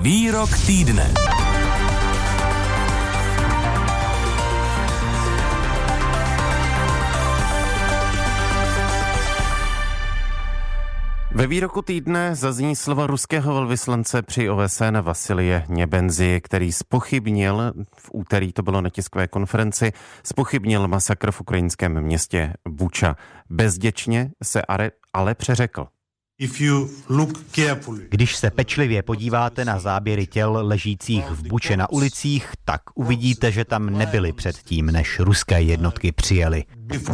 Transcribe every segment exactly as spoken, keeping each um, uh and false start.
Výrok týdne. Ve výroku týdne zazní slova ruského velvyslance při O S N Vasilije Něbenzi, který zpochybnil, v úterý to bylo na tiskové konferenci, zpochybnil masakr v ukrajinském městě Buča. Bezděčně se ale, ale přeřekl. Když se pečlivě podíváte na záběry těl ležících v Buče na ulicích, tak uvidíte, že tam nebyly předtím, než ruské jednotky přijeli.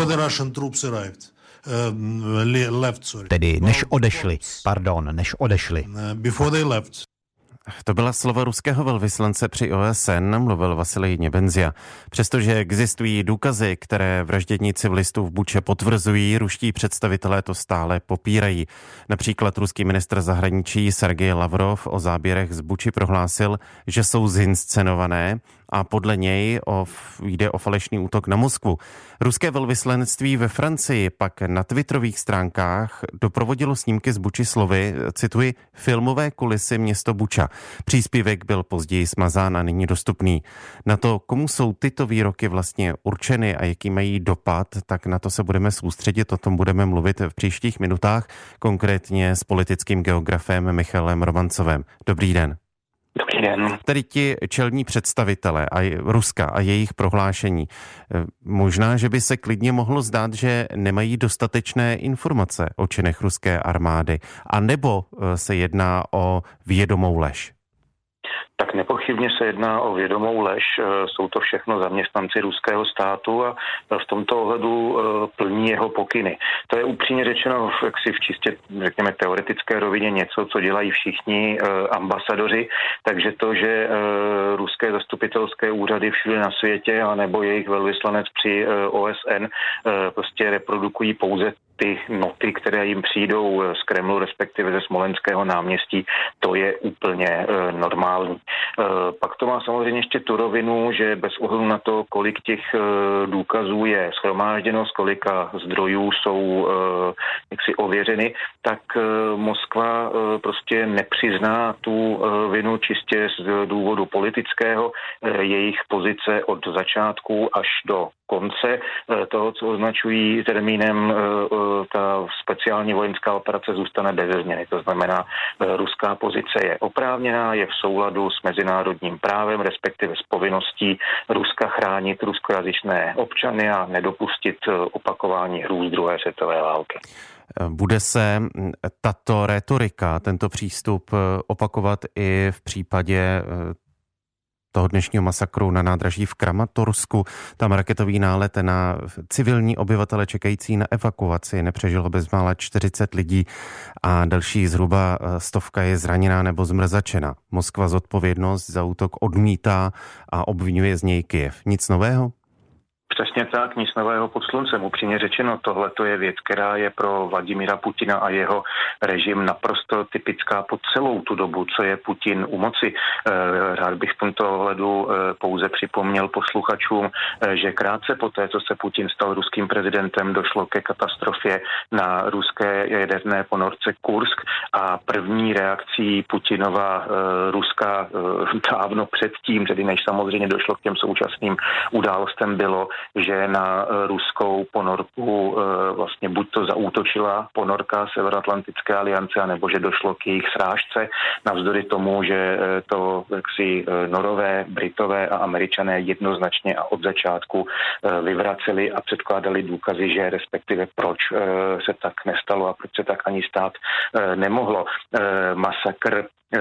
Tedy než odešli, pardon, než odešli. To byla slova ruského velvyslance při O S N, mluvil Vasilij Něbenzia. Přestože existují důkazy, které vraždění civilistů v Buče potvrzují, ruští představitelé to stále popírají. Například ruský ministr zahraničí Sergej Lavrov o záběrech z Buči prohlásil, že jsou zinscenované a podle něj o, jde o falešný útok na Moskvu. Ruské velvyslanectví ve Francii pak na twitterových stránkách doprovodilo snímky z Buči slovy, cituji, filmové kulisy město Buča. Příspěvek byl později smazán a není dostupný. Na to, komu jsou tyto výroky vlastně určeny a jaký mají dopad, tak na to se budeme soustředit, o tom budeme mluvit v příštích minutách, konkrétně s politickým geografem Michalem Romancovem. Dobrý den. Dobrý den. Tedy ti čelní představitelé a Ruska a jejich prohlášení. Možná, že by se klidně mohlo zdát, že nemají dostatečné informace o činech ruské armády, anebo se jedná o vědomou lež. Tak nepochybně se jedná o vědomou lež. Jsou to všechno zaměstnanci ruského státu a v tomto ohledu plní jeho pokyny. To je upřímně řečeno jaksi v čistě, řekněme, teoretické rovině něco, co dělají všichni ambasadoři. Takže to, že ruské zastupitelské úřady všude na světě anebo jejich velvyslanec při O S N prostě reprodukují pouze ty noty, které jim přijdou z Kremlu, respektive ze Smolenského náměstí, to je úplně e, normální. E, pak to má samozřejmě ještě tu rovinu, že bez ohledu na to, kolik těch e, důkazů je shromážděno, z kolika zdrojů jsou e, jaksi ověřeny, tak e, Moskva e, prostě nepřizná tu e, vinu čistě z důvodu politického. E, jejich pozice od začátku až do konce toho, co označují termínem ta speciální vojenská operace, zůstane beze změny. To znamená, ruská pozice je oprávněná, je v souladu s mezinárodním právem, respektive s povinností Ruska chránit ruskojazyčné občany a nedopustit opakování hrůz druhé světové války. Bude se tato retorika, tento přístup opakovat i v případě toho dnešního masakru na nádraží v Kramatorsku? Tam raketový nálet na civilní obyvatele čekající na evakuaci nepřežilo bezmála čtyřicet lidí a další zhruba stovka je zraněná nebo zmrzačena. Moskva zodpovědnost za útok odmítá a obvinuje z něj Kyjev. Nic nového? Přesně tak, nic nového pod sluncem. Upřímně řečeno, tohle to je věc, která je pro Vladimíra Putina a jeho režim naprosto typická po celou tu dobu, co je Putin u moci. Rád bych v tomto ohledu pouze připomněl posluchačům, že krátce poté, co se Putin stal ruským prezidentem, došlo ke katastrofě na ruské jaderné ponorce Kursk a první reakcí Putinova Ruska dávno předtím, tedy než samozřejmě došlo k těm současným událostem, bylo, že na ruskou ponorku vlastně buď to zaútočila ponorka Severoatlantické aliance, anebo že došlo k jejich srážce, navzdory tomu, že to jaksi Norové, Britové a Američané jednoznačně a od začátku vyvraceli a předkládali důkazy, že respektive proč se tak nestalo a proč se tak ani stát nemohlo. Masakr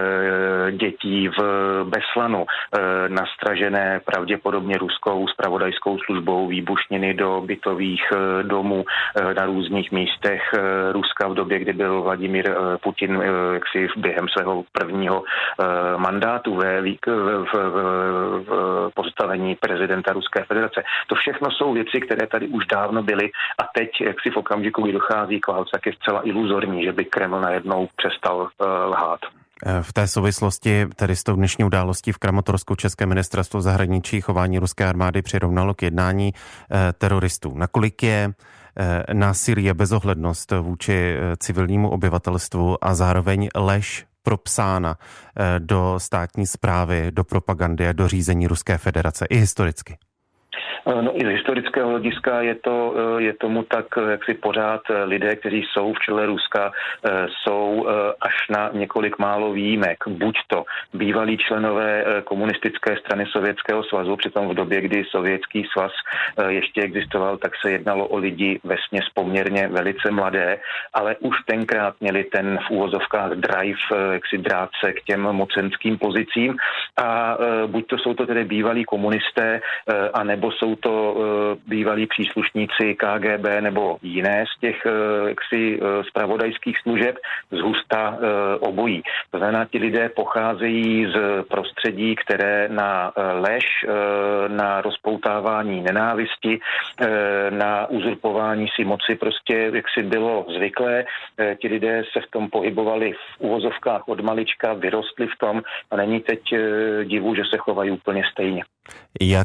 dětí v Beslanu, nastražené pravděpodobně ruskou zpravodajskou službou výbušniny do bytových domů na různých místech Ruska v době, kdy byl Vladimír Putin jaksi během svého prvního mandátu ve v, v, v postavení prezidenta Ruské federace. To všechno jsou věci, které tady už dávno byly a teď jaksi v okamžiku, kdy dochází k válce, je zcela iluzorní, že by Kreml najednou přestal lhát. V té souvislosti, tedy s tou dnešní událostí v Kramatorsku, České ministerstvo zahraničí chování ruské armády přirovnalo k jednání eh, teroristů. Nakolik je eh, násilí a bezohlednost vůči civilnímu obyvatelstvu a zároveň lež propsána do státní správy, do propagandy a do řízení Ruské federace i historicky? No i z historického hlediska je to, je tomu tak, jak si pořád lidé, kteří jsou v čele Ruska, jsou až na několik málo výjimek. Buď to bývalí členové komunistické strany Sovětského svazu, přitom v době, kdy Sovětský svaz ještě existoval, tak se jednalo o lidi vesměs poměrně velice mladé, ale už tenkrát měli ten v úvozovkách drive, jak si drát se k těm mocenským pozicím a buď to jsou to tedy bývalí komunisté, anebo jsou to bývalí příslušníci K G B nebo jiné z těch jaksi zpravodajských služeb, z husta obojí. To znamená, ti lidé pocházejí z prostředí, které na lež, na rozpoutávání nenávisti, na uzurpování si moci prostě jaksi bylo zvyklé. Ti lidé se v tom pohybovali v uvozovkách od malička, vyrostli v tom a není teď divu, že se chovají úplně stejně. Jak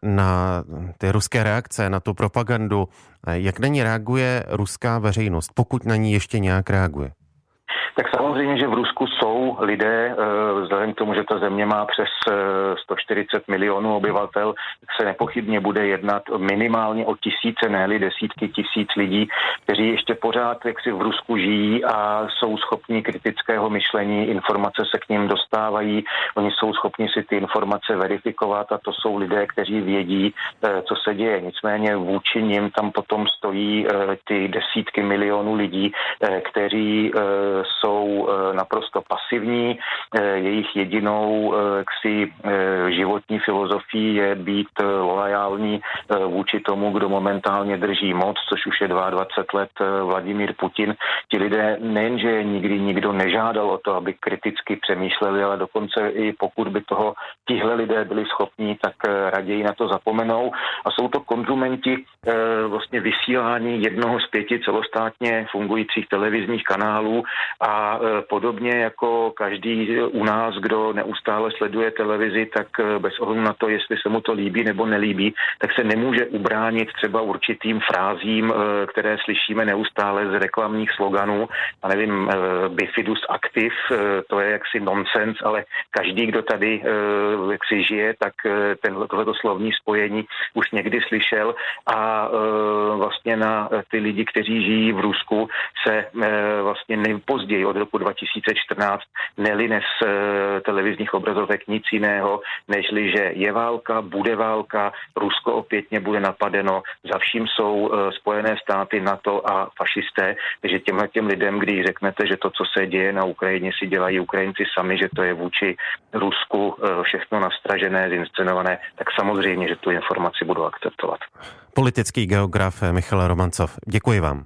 na ty ruské reakce, na tu propagandu, jak na ní reaguje ruská veřejnost, pokud na ní ještě nějak reaguje? Tak samozřejmě, že v Rusku jsou lidé, vzhledem k tomu, že ta země má přes sto čtyřicet milionů obyvatel, tak se nepochybně bude jednat minimálně o tisíce, ne-li desítky tisíc lidí, kteří ještě pořád jaksi v Rusku žijí a jsou schopni kritického myšlení, informace se k nim dostávají, oni jsou schopni si ty informace verifikovat a to jsou lidé, kteří vědí, co se děje. Nicméně vůči nim tam potom stojí ty desítky milionů lidí, kteří jsou jsou naprosto pasivní. Jejich jedinou jaksi životní filozofií je být loajální vůči tomu, kdo momentálně drží moc, což už je dvacet dva let Vladimír Putin. Ti lidé nejenže nikdy nikdo nežádal o to, aby kriticky přemýšleli, ale dokonce i pokud by toho tihle lidé byli schopní, tak raději na to zapomenou. A jsou to konzumenti vlastně vysílání jednoho z pěti celostátně fungujících televizních kanálů a podobně jako každý u nás, kdo neustále sleduje televizi, tak bez ohledu na to, jestli se mu to líbí nebo nelíbí, tak se nemůže ubránit třeba určitým frázím, které slyšíme neustále z reklamních sloganů. A nevím, bifidus activ, to je jaksi nonsens, ale každý, kdo tady jaksi žije, tak tohleto slovní spojení už někdy slyšel a vlastně na ty lidi, kteří žijí v Rusku, se vlastně nejpozději od roku dva tisíce čtrnáct neline z televizních obrazovek nic jiného, nežli, že je válka, bude válka, Rusko opětně bude napadeno, za vším jsou Spojené státy, NATO a fašisté, takže těmhle těm lidem, když řeknete, že to, co se děje na Ukrajině, si dělají Ukrajinci sami, že to je vůči Rusku všechno nastražené, zinscenované, tak samozřejmě, že tu informaci budou akceptovat. Politický geograf Michal Romancov, děkuji vám.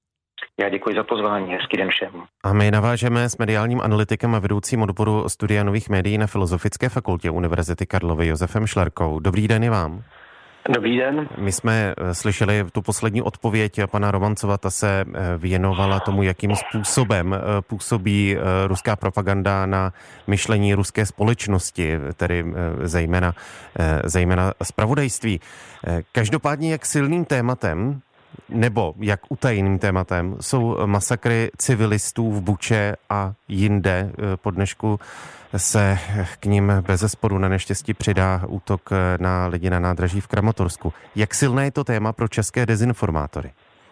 Já děkuji za pozvání, hezký den všem. A my navážeme s mediálním analytikem a vedoucím odboru studia nových médií na Filozofické fakultě Univerzity Karlovy Josefem Šlerkou. Dobrý den i vám. Dobrý den. My jsme slyšeli tu poslední odpověď pana Romancova, ta se věnovala tomu, jakým způsobem působí ruská propaganda na myšlení ruské společnosti, tedy zejména, zejména zpravodajství. Každopádně jak silným tématem nebo jak utajeným tématem jsou masakry civilistů v Buče a jinde. Po dnešku se k nim bezesporu na neštěstí přidá útok na lidi na nádraží v Kramatorsku. Jak silné je to téma pro české dezinformátory?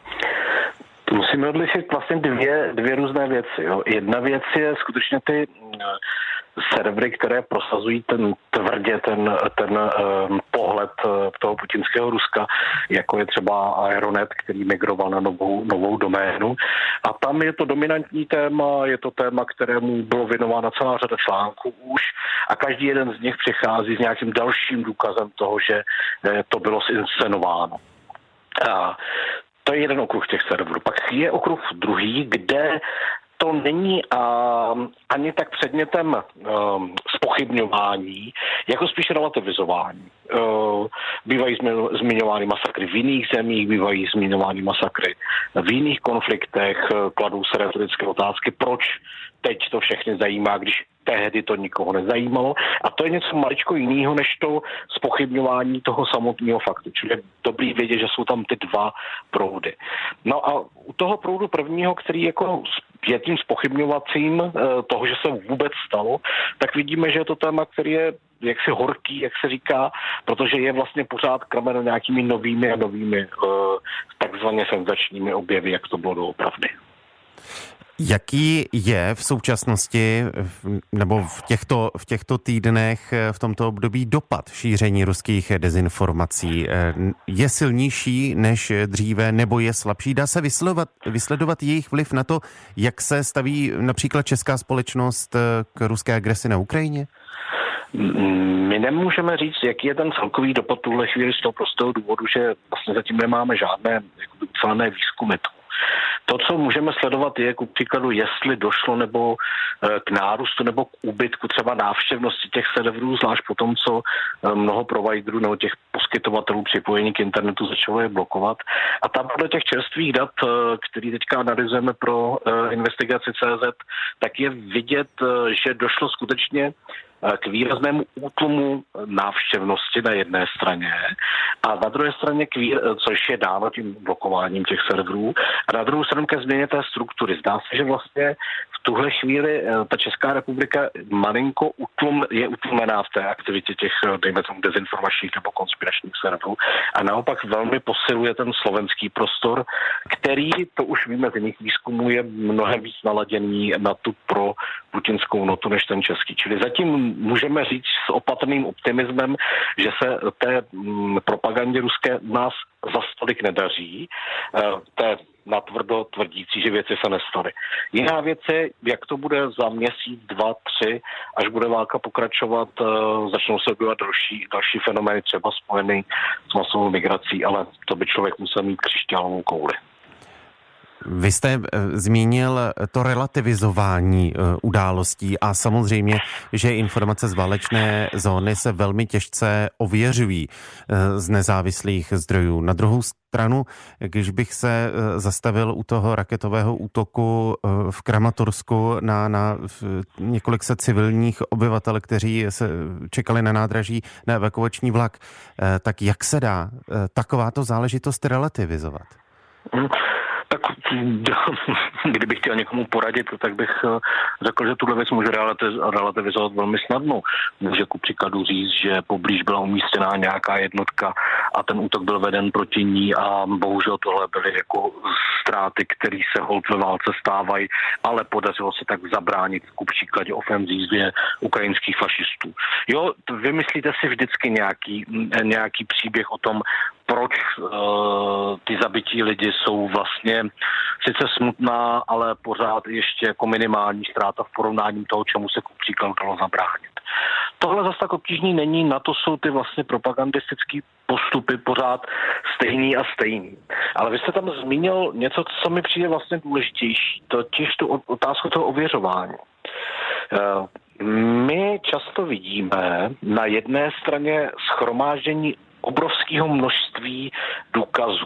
Musíme odlišit vlastně dvě, dvě různé věci. Jo. Jedna věc je skutečně ty servery, které prosazují ten tvrdě ten, ten um, pohled toho putinského Ruska, jako je třeba Aeronet, který migroval na novou, novou doménu. A tam je to dominantní téma, je to téma, kterému bylo věnována celá řada článků už a každý jeden z nich přichází s nějakým dalším důkazem toho, že to bylo zinscenováno. A to je jeden okruh těch serverů. Pak je okruh druhý, kde to není uh, ani tak předmětem uh, zpochybňování, jako spíš relativizování. Uh, bývají zmiňovány masakry v jiných zemích, bývají zmiňovány masakry v jiných konfliktech, uh, kladou se retorické otázky, proč teď to všechny zajímá, když tehdy to nikoho nezajímalo. A to je něco maličko jiného, než to zpochybňování toho samotného faktu. Čili je dobrý vědět, že jsou tam ty dva proudy. No a u toho proudu prvního, který jako je tím zpochybňovacím toho, že se vůbec stalo, tak vidíme, že je to téma, který je jaksi horký, jak se říká, protože je vlastně pořád krmeno nějakými novými a novými takzvaně senzačními objevy, jak to bylo doopravdy. Jaký je v současnosti nebo v těchto, v těchto týdnech, v tomto období dopad šíření ruských dezinformací? Je silnější než dříve nebo je slabší? Dá se vysledovat, vysledovat jejich vliv na to, jak se staví například česká společnost k ruské agresi na Ukrajině? My nemůžeme říct, jaký je ten celkový dopad tuhle chvíli z toho prostého důvodu, že vlastně zatím nemáme žádné ucelené výzkumy. To, co můžeme sledovat, je ku příkladu, jestli došlo nebo k nárůstu nebo k úbytku třeba návštěvnosti těch serverů, zvlášť po tom, co mnoho providerů nebo těch poskytovatelů připojení k internetu začalo je blokovat. A tam podle těch čerstvých dat, který teďka analyzujeme pro investigaci C Z, tak je vidět, že došlo skutečně k výraznému útlumu návštěvnosti na jedné straně a na druhé straně, k výr, což je dáno tím blokováním těch serverů, a na druhou stranu ke změně té struktury. Zdá se, že vlastně v tuhle chvíli ta Česká republika malinko utlum, je utlumená v té aktivitě těch, dejme tomu, dezinformačních nebo konspiračních serverů a naopak velmi posiluje ten slovenský prostor, který, to už víme z jiných výzkumů, je mnohem víc naladěný na tu pro putinskou notu než ten český. Čili zatím můžeme říct s opatrným optimismem, že se té propagandě ruské nás za stolik nedaří, té natvrdo tvrdící, že věci se nestaly. Jiná věc je, jak to bude za měsíc, dva, tři, až bude válka pokračovat, začnou se objevovat další, další fenomény, třeba spojený s masovou migrací, ale to by člověk musel mít křišťálovou kouli. Vy jste zmínil to relativizování událostí a samozřejmě, že informace z válečné zóny se velmi těžce ověřují z nezávislých zdrojů. Na druhou stranu, když bych se zastavil u toho raketového útoku v Kramatorsku na, na několik set civilních obyvatel, kteří se čekali na nádraží na evakuační vlak, tak jak se dá takováto záležitost relativizovat? Hmm. Tak kdybych chtěl někomu poradit, tak bych řekl, že tuhle věc může relativizovat velmi snadno. Může ku příkladu říct, že poblíž byla umístěná nějaká jednotka a ten útok byl veden proti ní a bohužel tohle byly jako ztráty, které se holt ve válce stávají, ale podařilo se tak zabránit ku příkladě ofenzívě ukrajinských fašistů. Jo, vymyslíte si vždycky nějaký, nějaký příběh o tom, proč uh, ty zabití lidi jsou vlastně sice smutná, ale pořád ještě jako minimální ztráta v porovnání toho, čemu se ku příkladu dalo zabránit. Tohle zase tak obtížný není, na to jsou ty vlastně propagandistické postupy pořád stejný a stejný. Ale vy jste tam zmínil něco, co mi přijde vlastně důležitější, totiž tu otázku toho ověřování. Uh, my často vidíme na jedné straně shromáždění obrovského množství důkazů.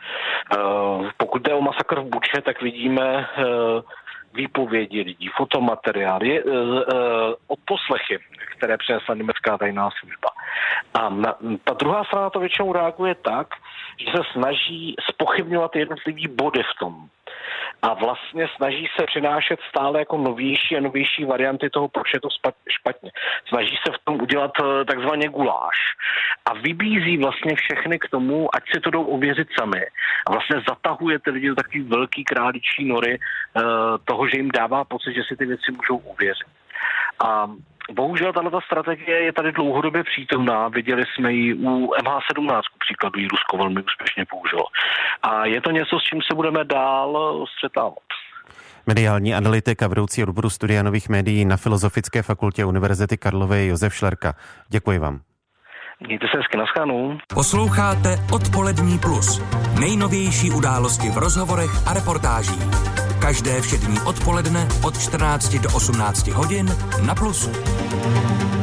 Pokud jde o masakr v Buče, tak vidíme výpovědi lidí, fotomateriály, odposlechy, které přinesla německá tajná služba. A na, ta druhá strana to většinou reaguje tak, že se snaží zpochybňovat jednotlivý body v tom. A vlastně snaží se přinášet stále jako novější a novější varianty toho, proč je to špatně. Snaží se v tom udělat takzvaně guláš. A vybízí vlastně všechny k tomu, ať si to jdou ověřit sami. A vlastně zatahuje ty lidi do takový velký králičí nory toho, že jim dává pocit, že si ty věci můžou ověřit. A bohužel tato strategie je tady dlouhodobě přítomná. Viděli jsme ji u M H sedmnáct, ku příkladu ji Rusko velmi úspěšně použilo. A je to něco, s čím se budeme dál střetávat. Mediální analytik a vedoucí odboru studia nových médií na Filozofické fakultě Univerzity Karlovy Josef Šlerka. Děkuji vám. Mějte se hezky, naschledanou. Posloucháte Odpolední plus. Nejnovější události v rozhovorech a reportážích. Každé všední odpoledne od čtrnácti do osmnácti hodin na Plusu.